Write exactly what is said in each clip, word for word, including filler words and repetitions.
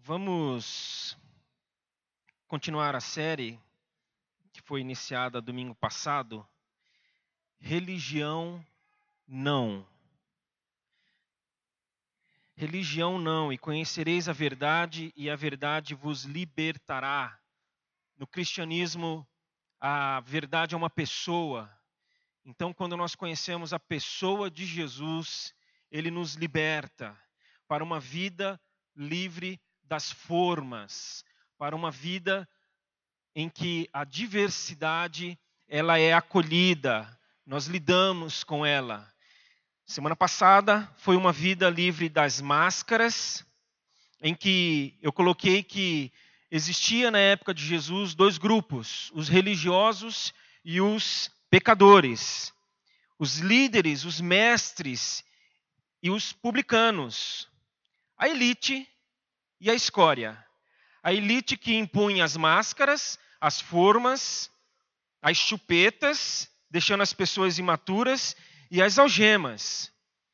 Vamos continuar a série que foi iniciada domingo passado. Religião não. Religião não, e conhecereis a verdade, e a verdade vos libertará. No cristianismo, a verdade é uma pessoa. Então, quando nós conhecemos a pessoa de Jesus, ele nos liberta para uma vida livre das formas, para uma vida em que a diversidade ela é acolhida, nós lidamos com ela. Semana passada foi uma vida livre das máscaras, em que eu coloquei que existia na época de Jesus dois grupos, os religiosos e os pecadores, os líderes, os mestres e os publicanos, a elite e a escória. A elite que impunha as máscaras, as formas, as chupetas, deixando as pessoas imaturas, e as algemas.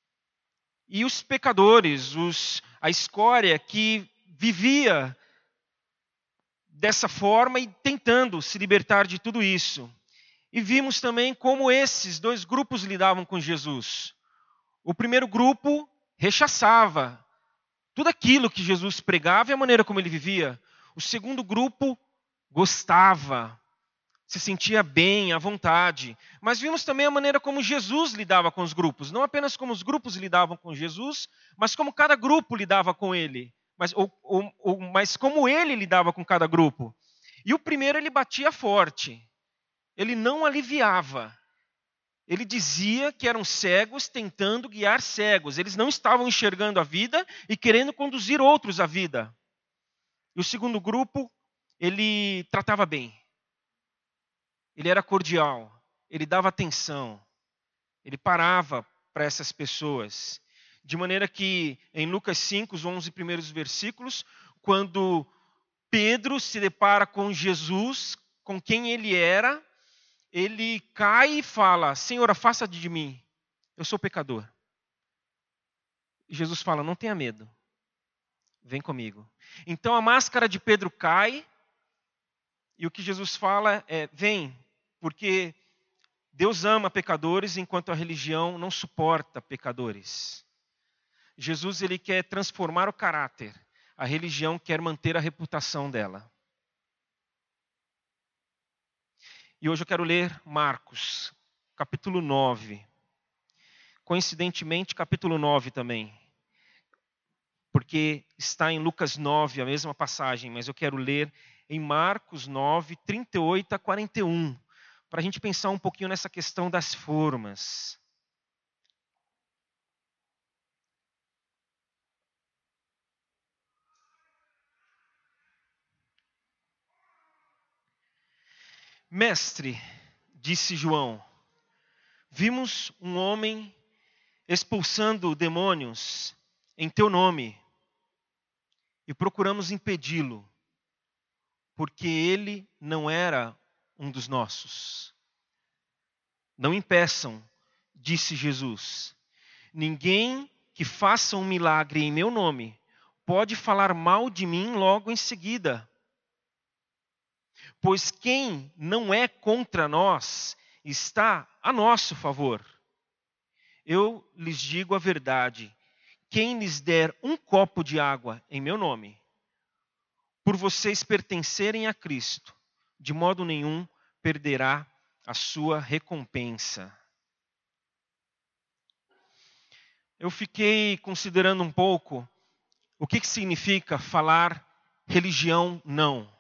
E os pecadores, os, a escória que vivia dessa forma e tentando se libertar de tudo isso. E vimos também como esses dois grupos lidavam com Jesus. O primeiro grupo rechaçava tudo aquilo que Jesus pregava e a maneira como ele vivia. O segundo grupo gostava, se sentia bem, à vontade. Mas vimos também a maneira como Jesus lidava com os grupos. Não apenas como os grupos lidavam com Jesus, mas como cada grupo lidava com ele. Mas, ou, ou, ou, mas como ele lidava com cada grupo. E o primeiro ele batia forte. Ele não aliviava. Ele dizia que eram cegos tentando guiar cegos. Eles não estavam enxergando a vida e querendo conduzir outros à vida. E o segundo grupo, ele tratava bem. Ele era cordial. Ele dava atenção. Ele parava para essas pessoas. De maneira que em Lucas cinco, os onze primeiros versículos, quando Pedro se depara com Jesus, com quem ele era, ele cai e fala: Senhor, afasta de mim, eu sou pecador. E Jesus fala: não tenha medo, vem comigo. Então a máscara de Pedro cai, e o que Jesus fala é: vem, porque Deus ama pecadores, enquanto a religião não suporta pecadores. Jesus ele quer transformar o caráter, a religião quer manter a reputação dela. E hoje eu quero ler Marcos, capítulo nove. Coincidentemente, capítulo nove também. Porque está em Lucas nove, a mesma passagem, mas eu quero ler em Marcos nove, trinta e oito a quarenta e um, para a gente pensar um pouquinho nessa questão das formas. Mestre, disse João, vimos um homem expulsando demônios em teu nome e procuramos impedi-lo, porque ele não era um dos nossos. Não impeçam, disse Jesus. Ninguém que faça um milagre em meu nome pode falar mal de mim logo em seguida. Pois quem não é contra nós está a nosso favor. Eu lhes digo a verdade. Quem lhes der um copo de água em meu nome, por vocês pertencerem a Cristo, de modo nenhum perderá a sua recompensa. Eu fiquei considerando um pouco o que, que significa falar religião não.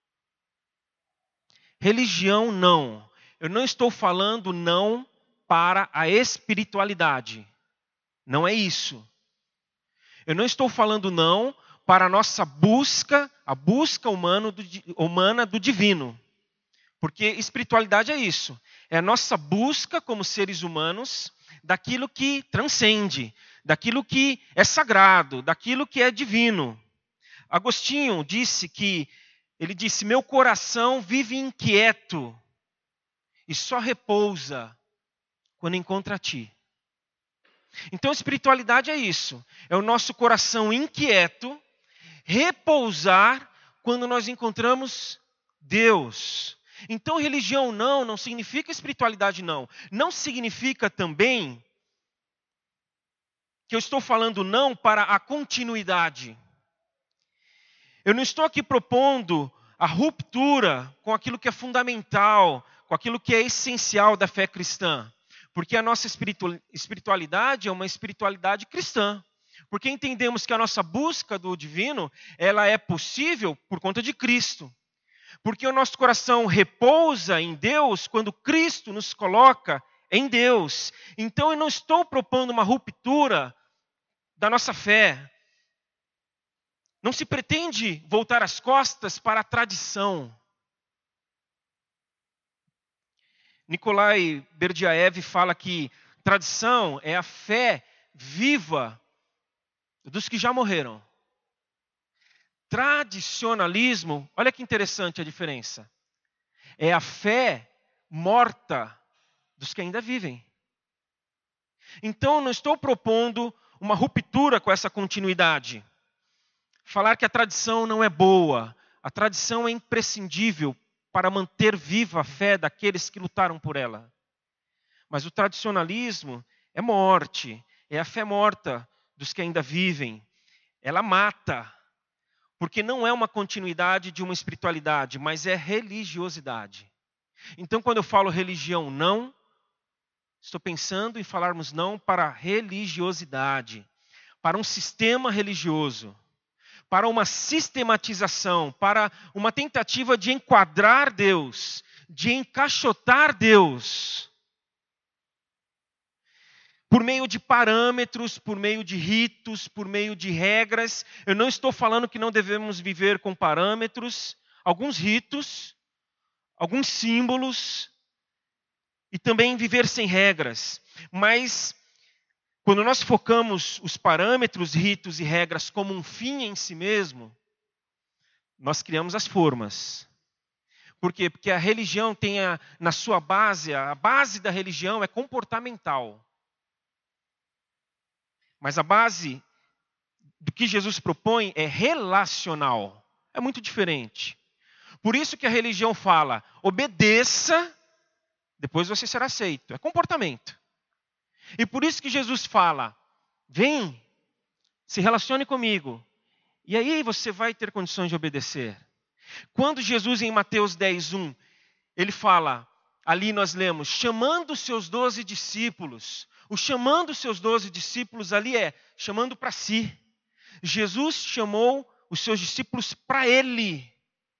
Religião não. Eu não estou falando não para a espiritualidade. Não é isso. Eu não estou falando não para a nossa busca, a busca humano do, humana do divino. Porque espiritualidade é isso. É a nossa busca como seres humanos daquilo que transcende, daquilo que é sagrado, daquilo que é divino. Agostinho disse que, ele disse, meu coração vive inquieto e só repousa quando encontra a ti. Então espiritualidade é isso, é o nosso coração inquieto, repousar quando nós encontramos Deus. Então, religião não, não significa espiritualidade não. Não significa também que eu estou falando não para a continuidade. Eu não estou aqui propondo a ruptura com aquilo que é fundamental, com aquilo que é essencial da fé cristã. Porque a nossa espiritualidade é uma espiritualidade cristã. Porque entendemos que a nossa busca do divino, ela é possível por conta de Cristo. Porque o nosso coração repousa em Deus quando Cristo nos coloca em Deus. Então eu não estou propondo uma ruptura da nossa fé. Não se pretende voltar as costas para a tradição. Nikolai Berdyaev fala que tradição é a fé viva dos que já morreram. Tradicionalismo, olha que interessante a diferença. É a fé morta dos que ainda vivem. Então, não estou propondo uma ruptura com essa continuidade. Falar que a tradição não é boa. A tradição é imprescindível para manter viva a fé daqueles que lutaram por ela. Mas o tradicionalismo é morte, é a fé morta dos que ainda vivem. Ela mata, porque não é uma continuidade de uma espiritualidade, mas é religiosidade. Então, quando eu falo religião não, estou pensando em falarmos não para a religiosidade, para um sistema religioso, para uma sistematização, para uma tentativa de enquadrar Deus, de encaixotar Deus, por meio de parâmetros, por meio de ritos, por meio de regras. Eu não estou falando que não devemos viver com parâmetros, alguns ritos, alguns símbolos, e também viver sem regras. Mas quando nós focamos os parâmetros, ritos e regras como um fim em si mesmo, nós criamos as formas. Por quê? Porque a religião tem a, na sua base, a base da religião é comportamental. Mas a base do que Jesus propõe é relacional. É muito diferente. Por isso que a religião fala, obedeça, depois você será aceito. É comportamento. E por isso que Jesus fala, vem, se relacione comigo. E aí você vai ter condições de obedecer. Quando Jesus em Mateus dez, um, ele fala, ali nós lemos, chamando os seus doze discípulos. O chamando os seus doze discípulos ali é chamando para si. Jesus chamou os seus discípulos para ele.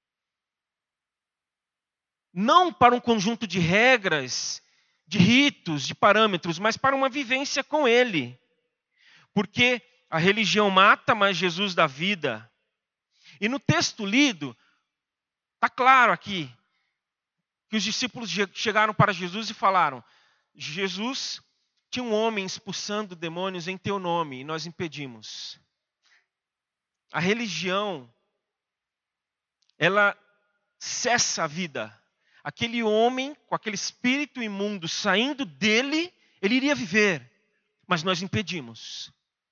Não para um conjunto de regras, de ritos, de parâmetros, mas para uma vivência com ele. Porque a religião mata, mas Jesus dá vida. E no texto lido, está claro aqui, que os discípulos chegaram para Jesus e falaram, Jesus, tinha um homem expulsando demônios em teu nome e nós impedimos. A religião, ela cessa a vida. Aquele homem, com aquele espírito imundo saindo dele, ele iria viver, mas nós impedimos.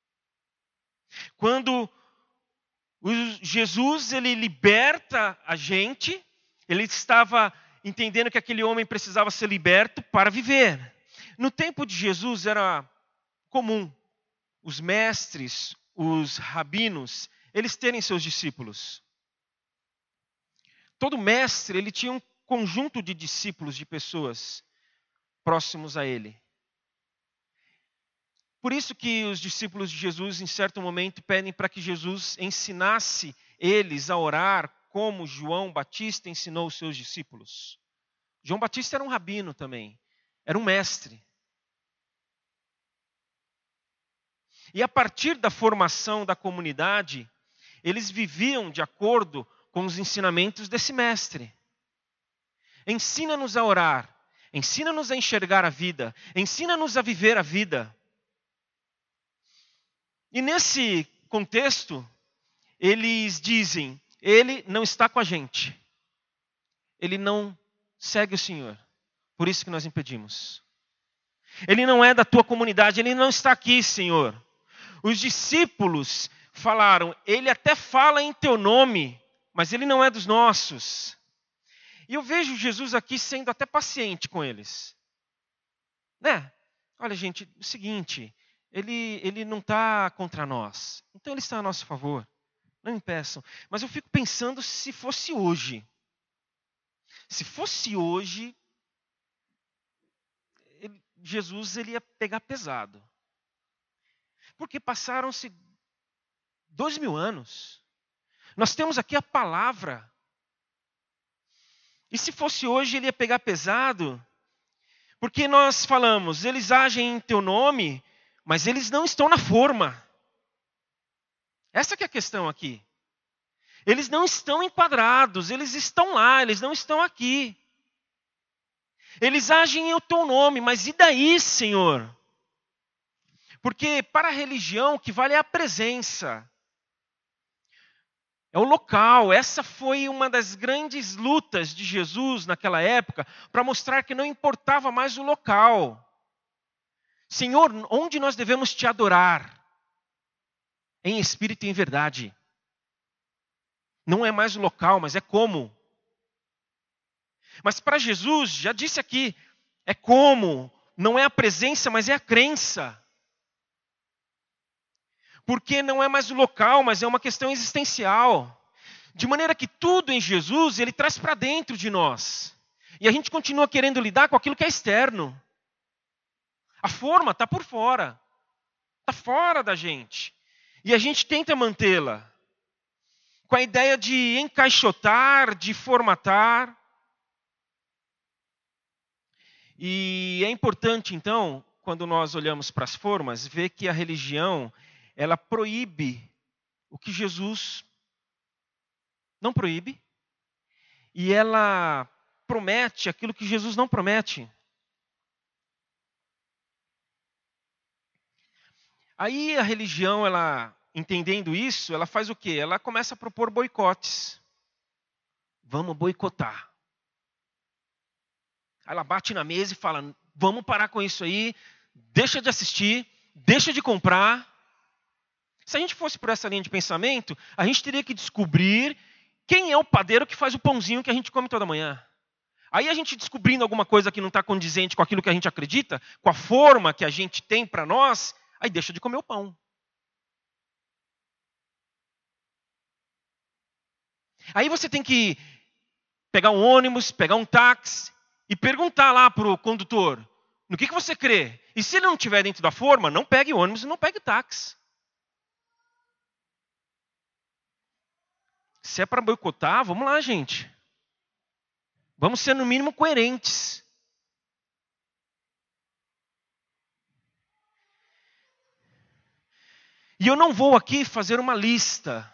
Quando Jesus ele liberta a gente, ele estava entendendo que aquele homem precisava ser liberto para viver. No tempo de Jesus era comum os mestres, os rabinos, eles terem seus discípulos. Todo mestre ele tinha um conjunto de discípulos, de pessoas próximos a ele. Por isso que os discípulos de Jesus, em certo momento, pedem para que Jesus ensinasse eles a orar como João Batista ensinou os seus discípulos. João Batista era um rabino também, era um mestre. E a partir da formação da comunidade, eles viviam de acordo com os ensinamentos desse mestre. Ensina-nos a orar, ensina-nos a enxergar a vida, ensina-nos a viver a vida. E nesse contexto, eles dizem, ele não está com a gente. Ele não segue o Senhor. Por isso que nós impedimos. Ele não é da tua comunidade, ele não está aqui, Senhor. Os discípulos falaram, ele até fala em teu nome, mas ele não é dos nossos. E eu vejo Jesus aqui sendo até paciente com eles. Né? Olha, gente, o seguinte, ele, ele não está contra nós, então ele está a nosso favor. Não impeçam. Mas eu fico pensando se fosse hoje. Se fosse hoje, ele, Jesus ele ia pegar pesado. Porque passaram-se dois mil anos. Nós temos aqui a palavra. E se fosse hoje, ele ia pegar pesado. Porque nós falamos, eles agem em teu nome, mas eles não estão na forma. Essa que é a questão aqui. Eles não estão enquadrados, eles estão lá, eles não estão aqui. Eles agem em o teu nome, mas e daí, Senhor? Porque para a religião o que vale é a presença. É o local. Essa foi uma das grandes lutas de Jesus naquela época, para mostrar que não importava mais o local. Senhor, onde nós devemos te adorar? Em espírito e em verdade. Não é mais o local, mas é como. Mas para Jesus, já disse aqui, é como. Não é a presença, mas é a crença. Porque não é mais o local, mas é uma questão existencial. De maneira que tudo em Jesus, ele traz para dentro de nós. E a gente continua querendo lidar com aquilo que é externo. A forma está por fora. Está fora da gente. E a gente tenta mantê-la. Com a ideia de encaixotar, de formatar. E é importante, então, quando nós olhamos para as formas, ver que a religião, ela proíbe o que Jesus não proíbe. E ela promete aquilo que Jesus não promete. Aí a religião, ela, entendendo isso, ela faz o quê? Ela começa a propor boicotes. Vamos boicotar. Ela bate na mesa e fala, vamos parar com isso aí, deixa de assistir, deixa de comprar. Se a gente fosse por essa linha de pensamento, a gente teria que descobrir quem é o padeiro que faz o pãozinho que a gente come toda manhã. Aí a gente descobrindo alguma coisa que não está condizente com aquilo que a gente acredita, com a forma que a gente tem para nós, aí deixa de comer o pão. Aí você tem que pegar um ônibus, pegar um táxi e perguntar lá para o condutor, no que, que você crê? E se ele não estiver dentro da forma, não pegue o ônibus e não pegue o táxi. Se é para boicotar, vamos lá, gente. Vamos ser, no mínimo, coerentes. E eu não vou aqui fazer uma lista.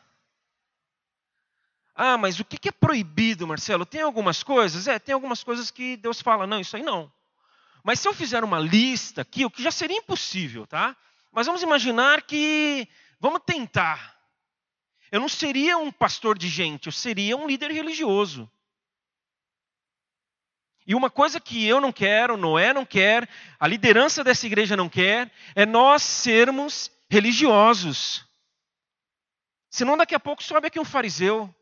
Ah, mas o que é proibido, Marcelo? Tem algumas coisas? É, tem algumas coisas que Deus fala, não, isso aí não. Mas se eu fizer uma lista aqui, o que já seria impossível, tá? Mas vamos imaginar que, vamos tentar. Eu não seria um pastor de gente, eu seria um líder religioso. E uma coisa que eu não quero, Noé não quer, a liderança dessa igreja não quer, é nós sermos religiosos. Senão daqui a pouco sobe aqui um fariseu.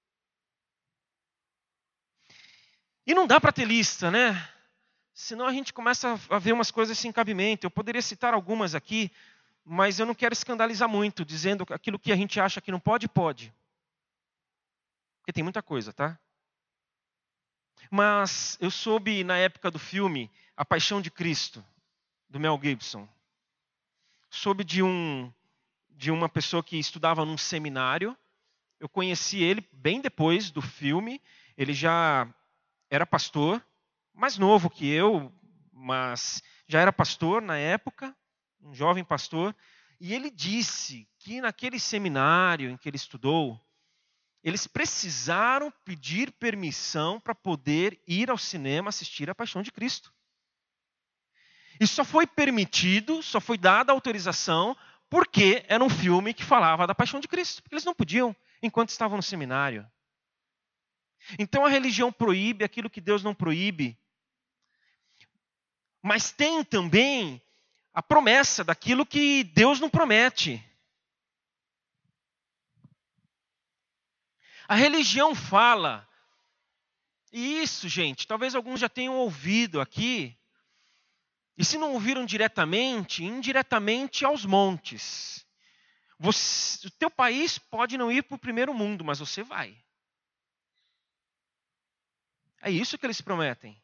E não dá para ter lista, né? Senão a gente começa a ver umas coisas sem cabimento. Eu poderia citar algumas aqui, mas eu não quero escandalizar muito, dizendo aquilo que a gente acha que não pode, pode. Porque tem muita coisa, tá? Mas eu soube na época do filme A Paixão de Cristo, do Mel Gibson. Soube de, um, de uma pessoa que estudava num seminário. Eu conheci ele bem depois do filme. Ele já era pastor, mais novo que eu, mas já era pastor na época, um jovem pastor. E ele disse que naquele seminário em que ele estudou, eles precisaram pedir permissão para poder ir ao cinema assistir A Paixão de Cristo. E só foi permitido, só foi dada autorização, porque era um filme que falava da Paixão de Cristo. Porque eles não podiam, enquanto estavam no seminário. Então a religião proíbe aquilo que Deus não proíbe. Mas tem também a promessa daquilo que Deus não promete. A religião fala, e isso, gente, talvez alguns já tenham ouvido aqui, e se não ouviram diretamente, indiretamente aos montes. Você, o teu país pode não ir para o primeiro mundo, mas você vai. É isso que eles prometem.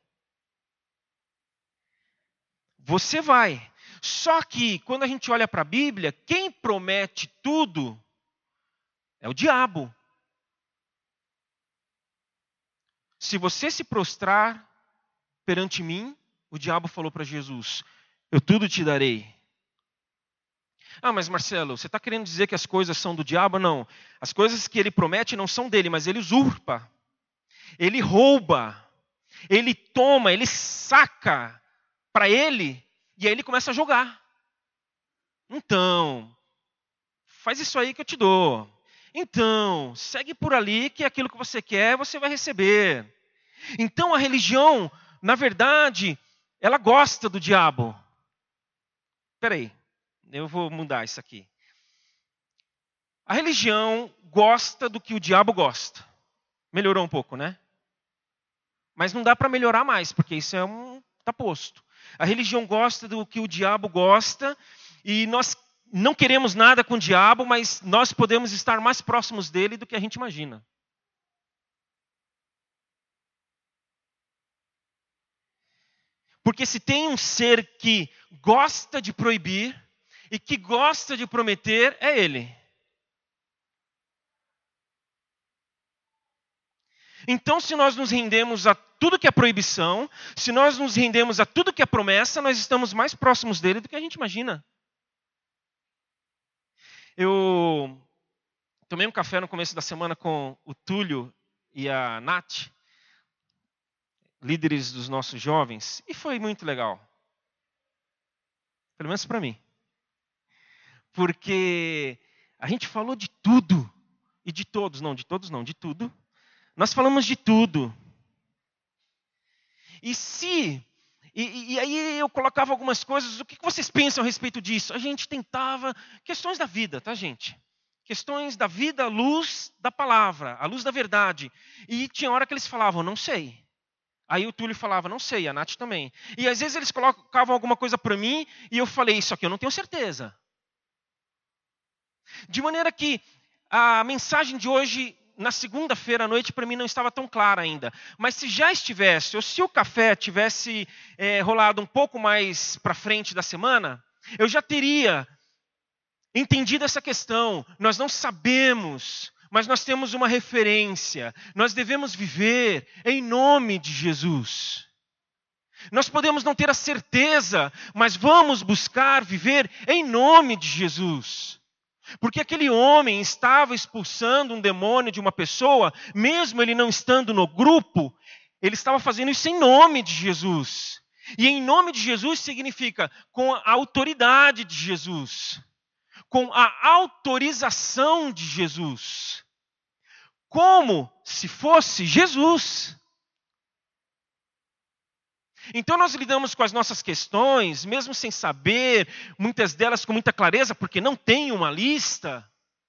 Você vai. Só que, quando a gente olha para a Bíblia, quem promete tudo é o diabo. Se você se prostrar perante mim, o diabo falou para Jesus, eu tudo te darei. Ah, mas Marcelo, você está querendo dizer que as coisas são do diabo? Não. As coisas que ele promete não são dele, mas ele usurpa. Ele rouba. Ele toma, ele saca para ele e aí ele começa a jogar. Então, faz isso aí que eu te dou. Então, segue por ali que aquilo que você quer, você vai receber. Então a religião, na verdade, ela gosta do diabo. Espera aí, eu vou mudar isso aqui. A religião gosta do que o diabo gosta. Melhorou um pouco, né? Mas não dá para melhorar mais, porque isso é um tá posto. A religião gosta do que o diabo gosta e nós não queremos nada com o diabo, mas nós podemos estar mais próximos dele do que a gente imagina. Porque se tem um ser que gosta de proibir e que gosta de prometer, é ele. Então, se nós nos rendemos a tudo que é proibição, se nós nos rendemos a tudo que é promessa, nós estamos mais próximos dele do que a gente imagina. Eu tomei um café no começo da semana com o Túlio e a Nath, líderes dos nossos jovens, e foi muito legal. Pelo menos para mim. Porque a gente falou de tudo, e de todos, não, de todos não, de tudo. Nós falamos de tudo. E se... E, e aí eu colocava algumas coisas, o que vocês pensam a respeito disso? A gente tentava... Questões da vida, tá, gente? Questões da vida à luz da palavra, à luz da verdade. E tinha hora que eles falavam, não sei. Aí o Túlio falava, não sei, a Nath também. E às vezes eles colocavam alguma coisa para mim, e eu falei, isso aqui eu não tenho certeza. De maneira que a mensagem de hoje, na segunda-feira à noite, para mim não estava tão clara ainda. Mas se já estivesse, ou se o café tivesse é, rolado um pouco mais para frente da semana, eu já teria entendido essa questão. Nós não sabemos, mas nós temos uma referência. Nós devemos viver em nome de Jesus. Nós podemos não ter a certeza, mas vamos buscar viver em nome de Jesus. Porque aquele homem estava expulsando um demônio de uma pessoa, mesmo ele não estando no grupo, ele estava fazendo isso em nome de Jesus. E em nome de Jesus significa com a autoridade de Jesus, com a autorização de Jesus, como se fosse Jesus. Então nós lidamos com as nossas questões, mesmo sem saber, muitas delas com muita clareza, porque não tem uma lista,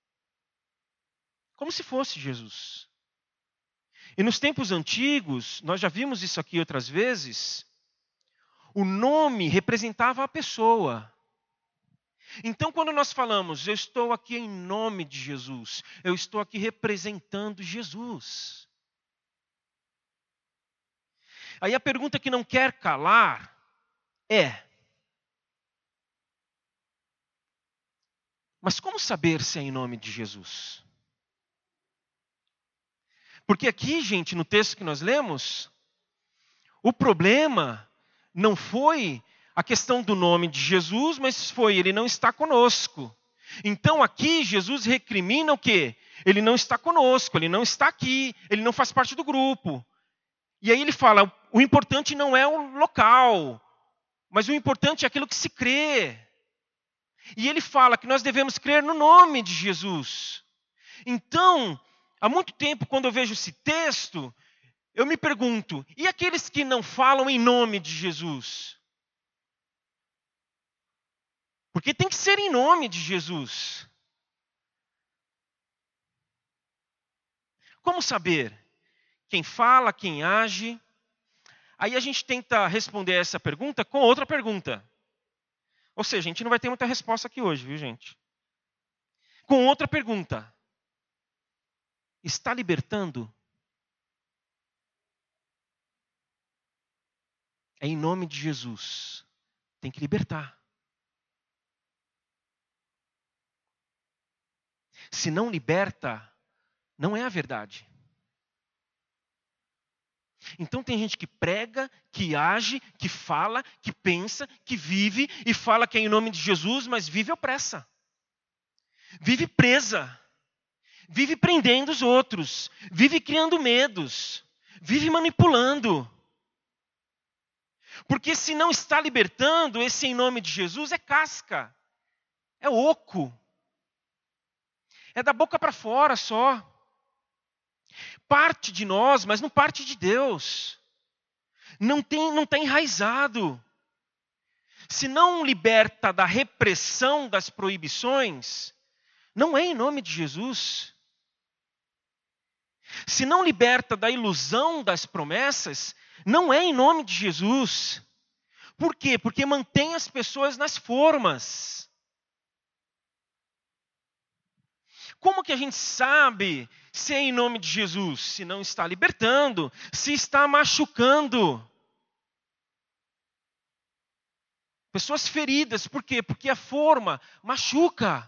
como se fosse Jesus. E nos tempos antigos, nós já vimos isso aqui outras vezes, o nome representava a pessoa. Então quando nós falamos, eu estou aqui em nome de Jesus, eu estou aqui representando Jesus. Aí a pergunta que não quer calar é: mas como saber se é em nome de Jesus? Porque aqui, gente, no texto que nós lemos, o problema não foi a questão do nome de Jesus, mas foi, ele não está conosco. Então aqui Jesus recrimina o quê? Ele não está conosco, ele não está aqui, ele não faz parte do grupo. E aí ele fala, o importante não é o local, mas o importante é aquilo que se crê. E ele fala que nós devemos crer no nome de Jesus. Então, há muito tempo, quando eu vejo esse texto, eu me pergunto, e aqueles que não falam em nome de Jesus? Porque tem que ser em nome de Jesus. Como saber? Quem fala, quem age? Aí a gente tenta responder essa pergunta com outra pergunta. Ou seja, a gente não vai ter muita resposta aqui hoje, viu, gente? Com outra pergunta. Está libertando? É em nome de Jesus. Tem que libertar. Se não liberta, não é a verdade. Então tem gente que prega, que age, que fala, que pensa, que vive e fala que é em nome de Jesus, mas vive opressa. Vive presa. Vive prendendo os outros. Vive criando medos. Vive manipulando. Porque se não está libertando, esse em nome de Jesus é casca. É oco. É da boca para fora só. Parte de nós, mas não parte de Deus. Não tem, não está enraizado. Se não liberta da repressão das proibições, não é em nome de Jesus. Se não liberta da ilusão das promessas, não é em nome de Jesus. Por quê? Porque mantém as pessoas nas formas. Como que a gente sabe se é em nome de Jesus? Se não está libertando, se está machucando. Pessoas feridas, por quê? Porque a forma machuca.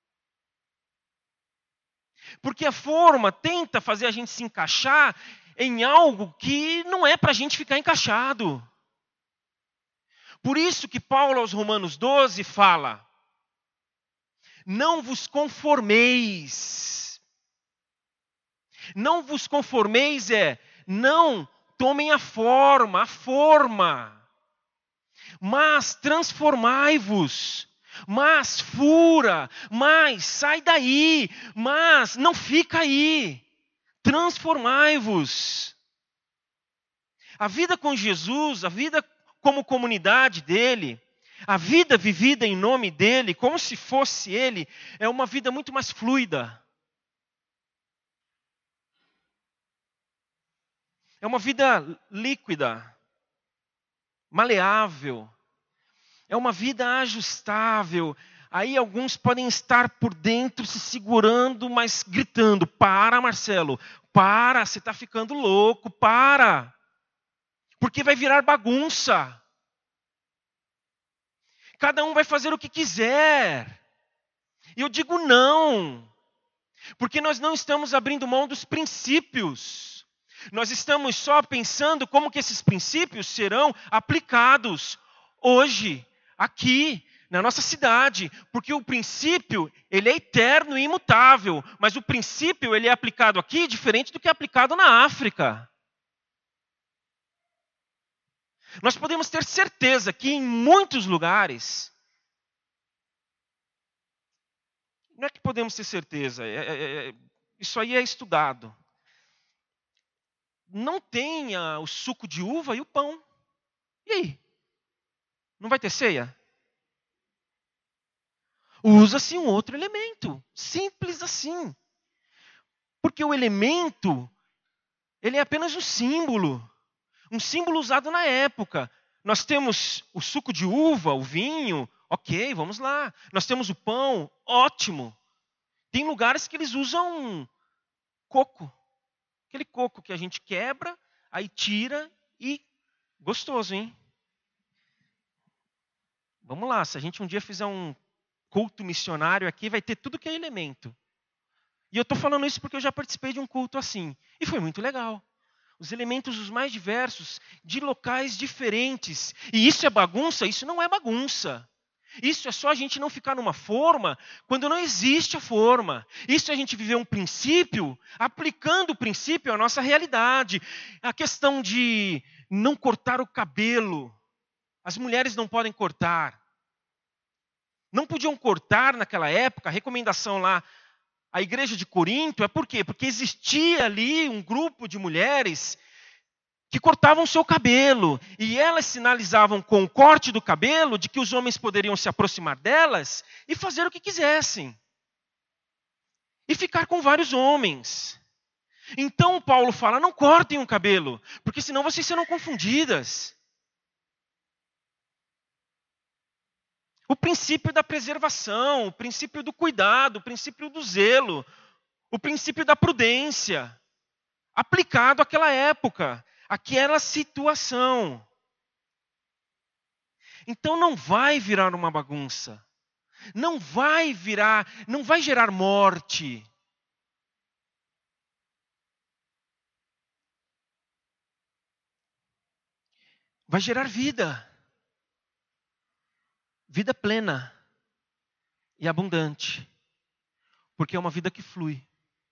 Porque a forma tenta fazer a gente se encaixar em algo que não é para a gente ficar encaixado. Por isso que Paulo aos Romanos doze fala: não vos conformeis. Não vos conformeis é, não tomem a forma, a forma. Mas transformai-vos. Mas fura, mas sai daí, mas não fica aí. Transformai-vos. A vida com Jesus, a vida como comunidade dele, a vida vivida em nome dele, como se fosse ele, é uma vida muito mais fluida. É uma vida líquida, maleável. É uma vida ajustável. Aí alguns podem estar por dentro se segurando, mas gritando: para, Marcelo, para, você está ficando louco, para. Porque vai virar bagunça. Cada um vai fazer o que quiser. E eu digo não. Porque nós não estamos abrindo mão dos princípios. Nós estamos só pensando como que esses princípios serão aplicados hoje. Aqui, na nossa cidade, porque o princípio, ele é eterno e imutável, mas o princípio, ele é aplicado aqui diferente do que é aplicado na África. Nós podemos ter certeza que em muitos lugares, não é que podemos ter certeza, é, é, é, isso aí é estudado. Não tem a, o suco de uva e o pão. E aí? Não vai ter ceia? Usa-se um outro elemento. Simples assim. Porque o elemento, ele é apenas um símbolo. Um símbolo usado na época. Nós temos o suco de uva, o vinho, ok, vamos lá. Nós temos o pão, ótimo. Tem lugares que eles usam coco. Aquele coco que a gente quebra, aí tira e... Gostoso, hein? Vamos lá, se a gente um dia fizer um culto missionário aqui, vai ter tudo que é elemento. E eu estou falando isso porque eu já participei de um culto assim. E foi muito legal. Os elementos os mais diversos, de locais diferentes. E isso é bagunça? Isso não é bagunça. Isso é só a gente não ficar numa forma quando não existe a forma. Isso é a gente viver um princípio, aplicando o princípio à nossa realidade. A questão de não cortar o cabelo. As mulheres não podem cortar. Não podiam cortar naquela época, a recomendação lá, a igreja de Corinto, é por quê? Porque existia ali um grupo de mulheres que cortavam o seu cabelo. E elas sinalizavam com o corte do cabelo de que os homens poderiam se aproximar delas e fazer o que quisessem. E ficar com vários homens. Então Paulo fala, não cortem o cabelo, porque senão vocês serão confundidas. O princípio da preservação, o princípio do cuidado, o princípio do zelo, o princípio da prudência, aplicado àquela época, àquela situação. Então não vai virar uma bagunça. Não vai virar, não vai gerar morte. Vai gerar vida. Vida plena e abundante. Porque é uma vida que flui.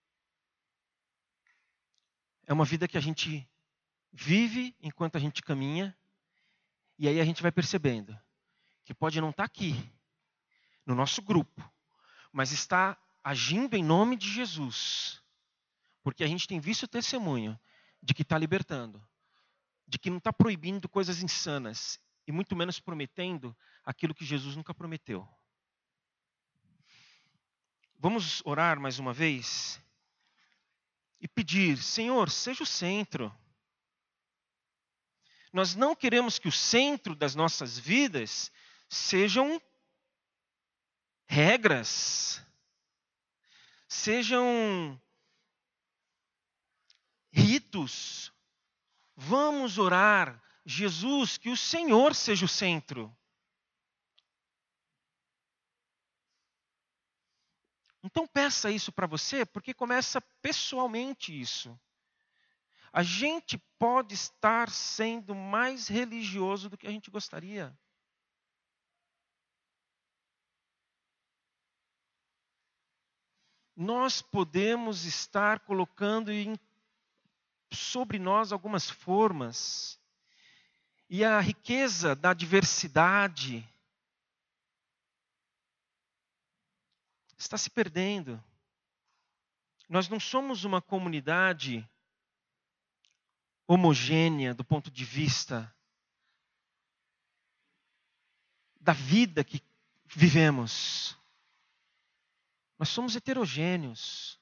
É uma vida que a gente vive enquanto a gente caminha. E aí a gente vai percebendo que pode não estar aqui, no nosso grupo, mas está agindo em nome de Jesus. Porque a gente tem visto o testemunho de que está libertando, de que não está proibindo coisas insanas, e muito menos prometendo aquilo que Jesus nunca prometeu. Vamos orar mais uma vez e pedir, Senhor, seja o centro. Nós não queremos que o centro das nossas vidas sejam regras, sejam ritos. Vamos orar, Jesus, que o Senhor seja o centro. Então peça isso para você, porque começa pessoalmente isso. A gente pode estar sendo mais religioso do que a gente gostaria. Nós podemos estar colocando em, sobre nós algumas formas. E a riqueza da diversidade está se perdendo. Nós não somos uma comunidade homogênea do ponto de vista da vida que vivemos. Nós somos heterogêneos.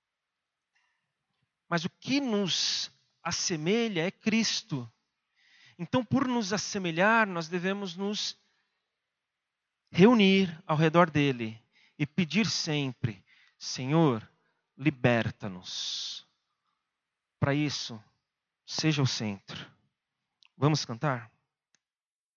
Mas o que nos assemelha é Cristo. Então, por nos assemelhar, nós devemos nos reunir ao redor dele e pedir sempre, Senhor, liberta-nos. Para isso, seja o centro. Vamos cantar?